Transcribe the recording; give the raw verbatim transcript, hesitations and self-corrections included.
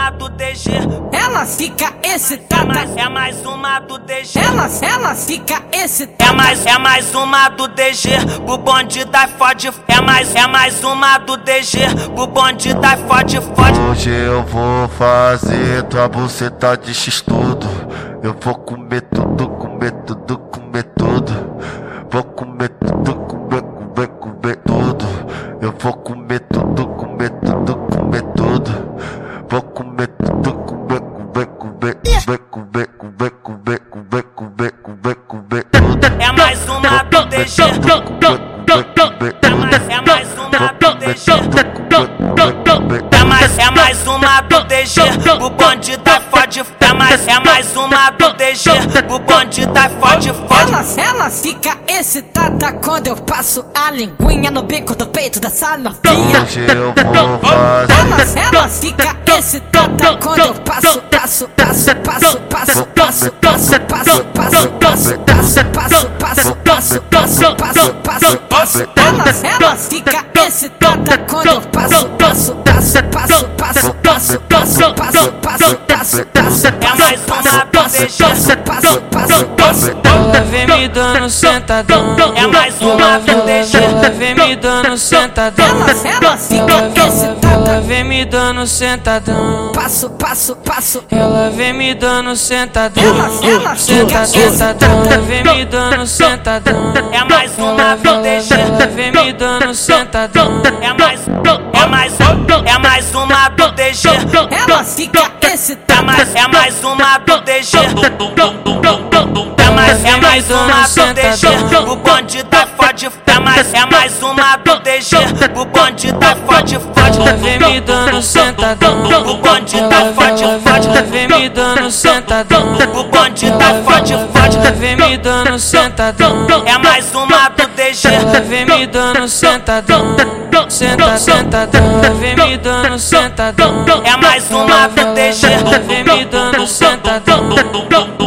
uma do D G. Ela fica excitada. É mais, é mais uma do D G. Ela, ela fica excitada. É mais, é mais uma do D G. O bonde da fode. É mais, é mais uma do D G. O bonde da fode, fode. Hoje eu vou fazer tua buceta de x-tudo. Eu vou comer tudo, comer tudo, comer tudo. Vou comer tudo, comer, comer, comer tudo. Eu vou comer tudo, comer tudo, comer tudo. Vou comer tudo, comer, comer, comer, comer, comer, comer, comer, comer, comer, comer, comer tudo. É mais uma do D G. É mais, é mais uma do D G. É mais, é mais uma do D G. O bonde da fode. É mais, é mais uma do D G. O bonde da fode, fode. Ela, ela fica excitada quando eu passo a linguinha no bico do peito dessa novinha. Hoje eu vou fazer. Ela, ela fica excitada quando eu passo, passo, passo, passo, passo, passo, passo, passo, passo, passo, passo, passo, passo, passo, passo, passo, passo, passo. Ela, ela fica excitada quando eu passo, passo, passo, passo, passo, passo, passo, passo, passo, passo, passo. É mais uma do D G. Passo, passo, passo. Ela vem me dando sentadão. É mais uma do D G. Ela vem me dando sentadão. Ela, ela fica Ela excitada. vem me dando sentadão. Passo, passo, passo. Ela vem me dando sentadão. Ela, ela Senta, fica sentadão. Ela excitada. vem me dando sentadão. É mais uma do D G. Ela vem me dando sentadão. É mais, é mais, é mais uma do D G. Ela fica É excitada. mais, é mais uma do D G. É mais, é mais uma do D G. O bonde da fode. É mais, é mais uma do D G. O bonde da fode, fode. Ela vem me dando sentadão. O bonde da fode, fode. Ela vem me dando sentadão. O bonde da fode, fode. Ela vem me dando sentadão. É mais uma do D G. Ela vem me dando sentadão. Senta, sentadão. Ela vem me dando sentadão. É mais uma do D G. Ela vem me dando sentadão.